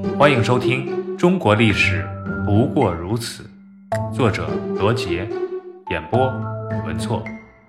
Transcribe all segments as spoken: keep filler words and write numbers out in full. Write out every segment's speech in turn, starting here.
欢迎收听《中国历史不过如此》，作者罗杰，演播文措。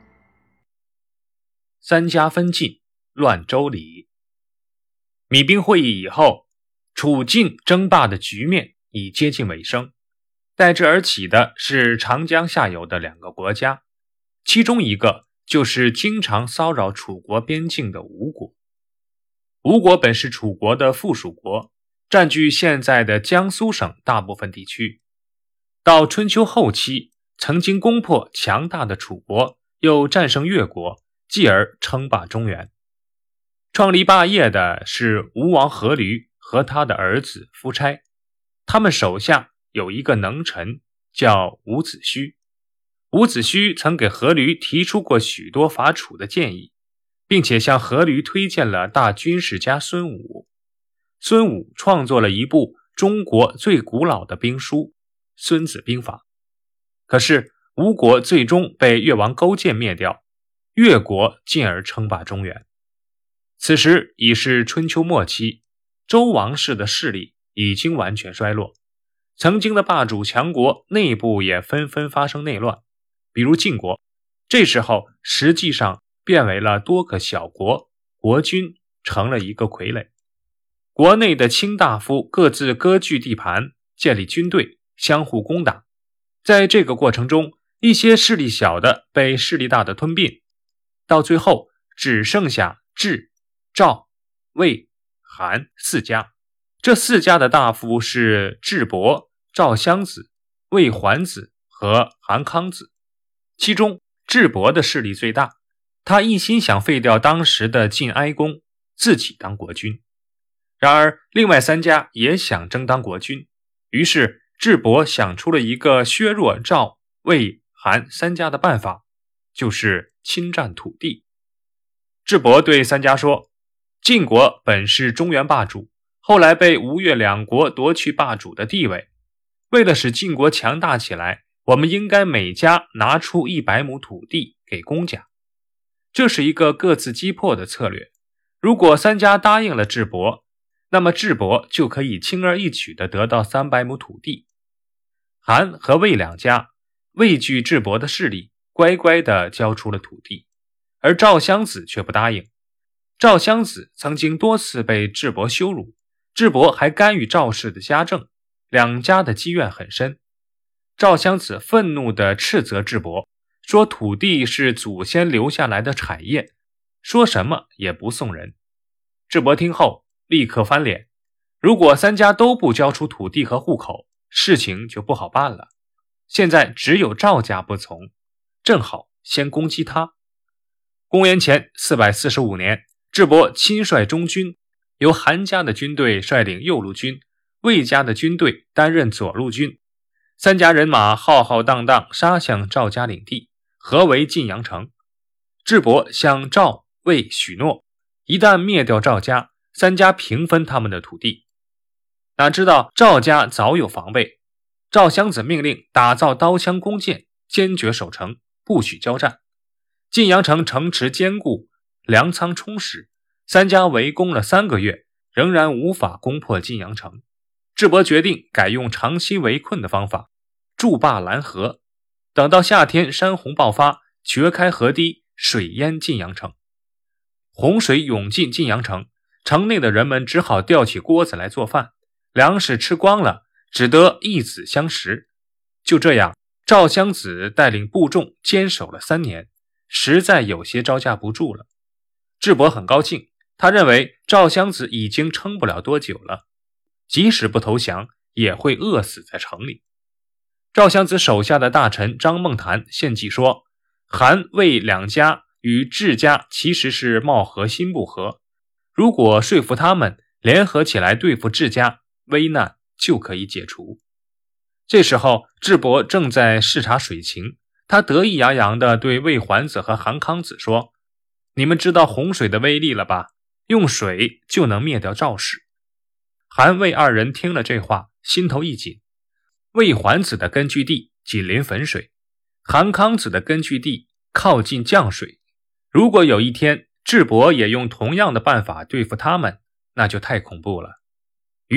三家分晋，乱周礼。弭兵会议以后，楚晋争霸的局面已接近尾声，代之而起的是长江下游的两个国家，其中一个就是经常骚扰楚国边境的吴国。吴国本是楚国的附属国，占据现在的江苏省大部分地区。到春秋后期，曾经攻破强大的楚国，又战胜越国，继而称霸中原。创立霸业的是吴王阖闾和他的儿子夫差，他们手下有一个能臣叫伍子胥。伍子胥曾给阖闾提出过许多伐楚的建议，并且向阖闾推荐了大军事家孙武。孙武创作了一部中国最古老的兵书《孙子兵法》。可是吴国最终被越王勾践灭掉，越国进而称霸中原。此时已是春秋末期，周王室的势力已经完全衰落，曾经的霸主强国内部也纷纷发生内乱，比如晋国，这时候实际上变为了多个小国，国君成了一个傀儡。国内的卿大夫各自割据地盘，建立军队，相互攻打。在这个过程中，一些势力小的被势力大的吞并，到最后只剩下智、赵、魏、韩四家。这四家的大夫是智伯、赵襄子、魏桓子和韩康子。其中智伯的势力最大，他一心想废掉当时的晋哀公，自己当国君。然而另外三家也想争当国君，于是智伯想出了一个削弱赵、魏、韩三家的办法，就是侵占土地。智伯对三家说，晋国本是中原霸主，后来被吴越两国夺去霸主的地位，为了使晋国强大起来，我们应该每家拿出一百亩土地给公家。这是一个各自击破的策略。如果三家答应了智伯，那么智伯就可以轻而易举地得到三百亩土地。韩和魏两家畏惧智伯的势力，乖乖地交出了土地，而赵襄子却不答应。赵襄子曾经多次被智伯羞辱，智伯还干预赵氏的家政，两家的积怨很深。赵襄子愤怒地斥责智伯，说土地是祖先留下来的产业，说什么也不送人。智伯听后立刻翻脸，如果三家都不交出土地和户口，事情就不好办了。现在只有赵家不从，正好先攻击他。公元前四百四十五年，智伯亲率中军，由韩家的军队率领右路军，魏家的军队担任左路军，三家人马浩浩荡荡杀向赵家领地，合围晋阳城。智伯向赵、魏许诺，一旦灭掉赵家，三家平分他们的土地。哪知道赵家早有防备，赵襄子命令打造刀枪弓箭，坚决守城，不许交战。晋阳城城池坚固，粮仓充实，三家围攻了三个月，仍然无法攻破晋阳城。智伯决定改用长期围困的方法，筑坝拦河，等到夏天山洪爆发，掘开河堤，水淹晋阳城。洪水涌进晋阳城，城内的人们只好吊起锅子来做饭，粮食吃光了，只得一子相食。就这样，赵襄子带领部众坚守了三年，实在有些招架不住了。智伯很高兴，他认为赵襄子已经撑不了多久了，即使不投降，也会饿死在城里。赵襄子手下的大臣张孟谈献计说，韩魏两家与智家其实是貌合心不合，如果说服他们联合起来对付智家，危难就可以解除。这时候智伯正在视察水情，他得意洋洋地对魏桓子和韩康子说，你们知道洪水的威力了吧？用水就能灭掉赵氏。韩魏二人听了这话，心头一紧。魏桓子的根据地紧邻汾水，韩康子的根据地靠近绛水，如果有一天智伯也用同样的办法对付他们，那就太恐怖了。于是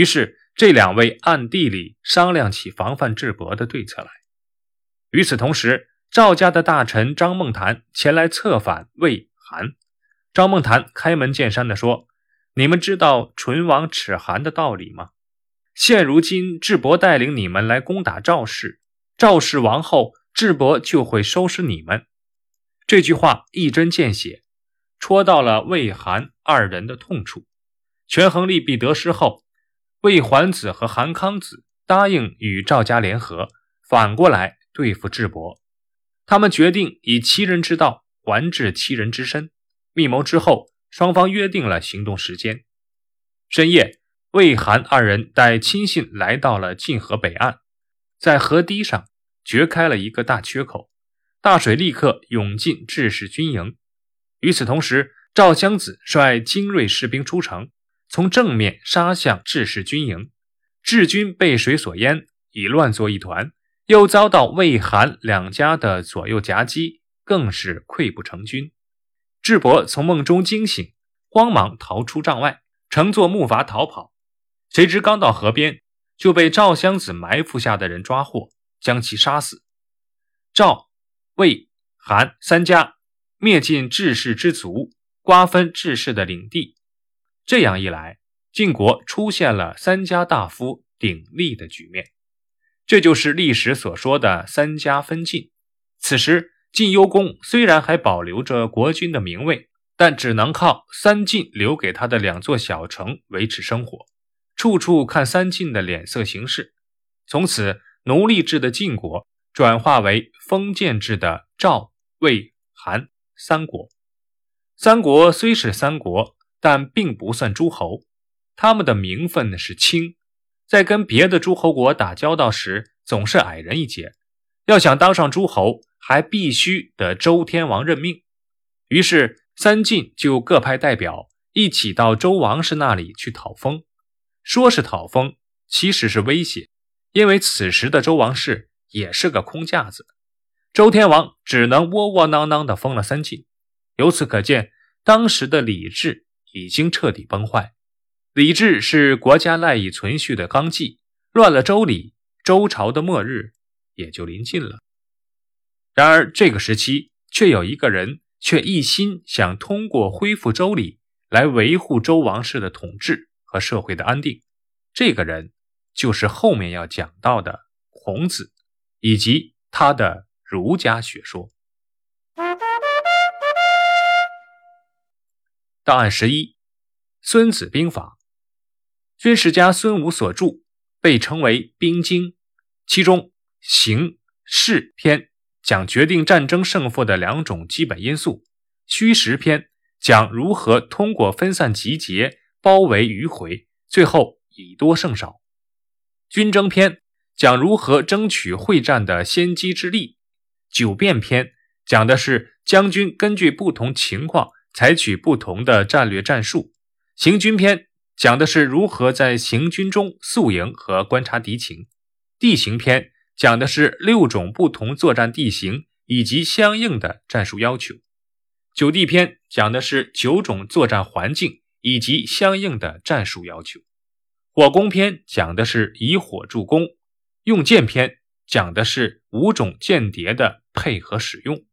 这两位暗地里商量起防范智伯的对策来。与此同时，赵家的大臣张孟谈前来策反魏韩。张孟谈开门见山地说，你们知道唇亡齿寒的道理吗？现如今智伯带领你们来攻打赵氏，赵氏亡后，智伯就会收拾你们。这句话一针见血，戳到了魏韩二人的痛处。权衡利弊得失后，魏桓子和韩康子答应与赵家联合，反过来对付智伯。他们决定以其人之道还治其人之身。密谋之后，双方约定了行动时间。深夜，魏韩二人带亲信来到了晋河北岸，在河堤上掘开了一个大缺口，大水立刻涌进智氏军营。与此同时，赵襄子率精锐士兵出城，从正面杀向智氏军营。智军被水所淹，已乱作一团，又遭到魏韩两家的左右夹击，更是溃不成军。智伯从梦中惊醒，慌忙逃出帐外，乘坐木筏逃跑。谁知刚到河边，就被赵襄子埋伏下的人抓获，将其杀死。赵、魏、韩三家灭尽智氏之族，瓜分智氏的领地。这样一来，晋国出现了三家大夫鼎立的局面。这就是历史所说的三家分晋。此时晋幽公虽然还保留着国君的名位，但只能靠三晋留给他的两座小城维持生活，处处看三晋的脸色行事。从此，奴隶制的晋国转化为封建制的赵、魏、韩三国。三国虽是三国，但并不算诸侯，他们的名分是轻，在跟别的诸侯国打交道时总是矮人一截，要想当上诸侯，还必须得周天王任命。于是三晋就各派代表一起到周王室那里去讨封。说是讨封，其实是威胁，因为此时的周王室也是个空架子，周天王只能窝窝囊囊地封了三晋。由此可见，当时的礼制已经彻底崩坏。礼制是国家赖以存续的纲纪，乱了周礼，周朝的末日也就临近了。然而这个时期却有一个人却一心想通过恢复周礼来维护周王室的统治和社会的安定。这个人就是后面要讲到的孔子以及他的儒家学说。档案十一，孙子兵法。军事家孙武所著，被称为兵经，其中形势篇讲决定战争胜负的两种基本因素，虚实篇讲如何通过分散集结包围迂回，最后以多胜少。军争篇讲如何争取会战的先机之利。九变篇讲的是将军根据不同情况采取不同的战略战术。行军篇讲的是如何在行军中宿营和观察敌情。地形篇讲的是六种不同作战地形以及相应的战术要求。九地篇讲的是九种作战环境以及相应的战术要求。火攻篇讲的是以火助攻。用箭篇讲的是五种间谍的配合使用。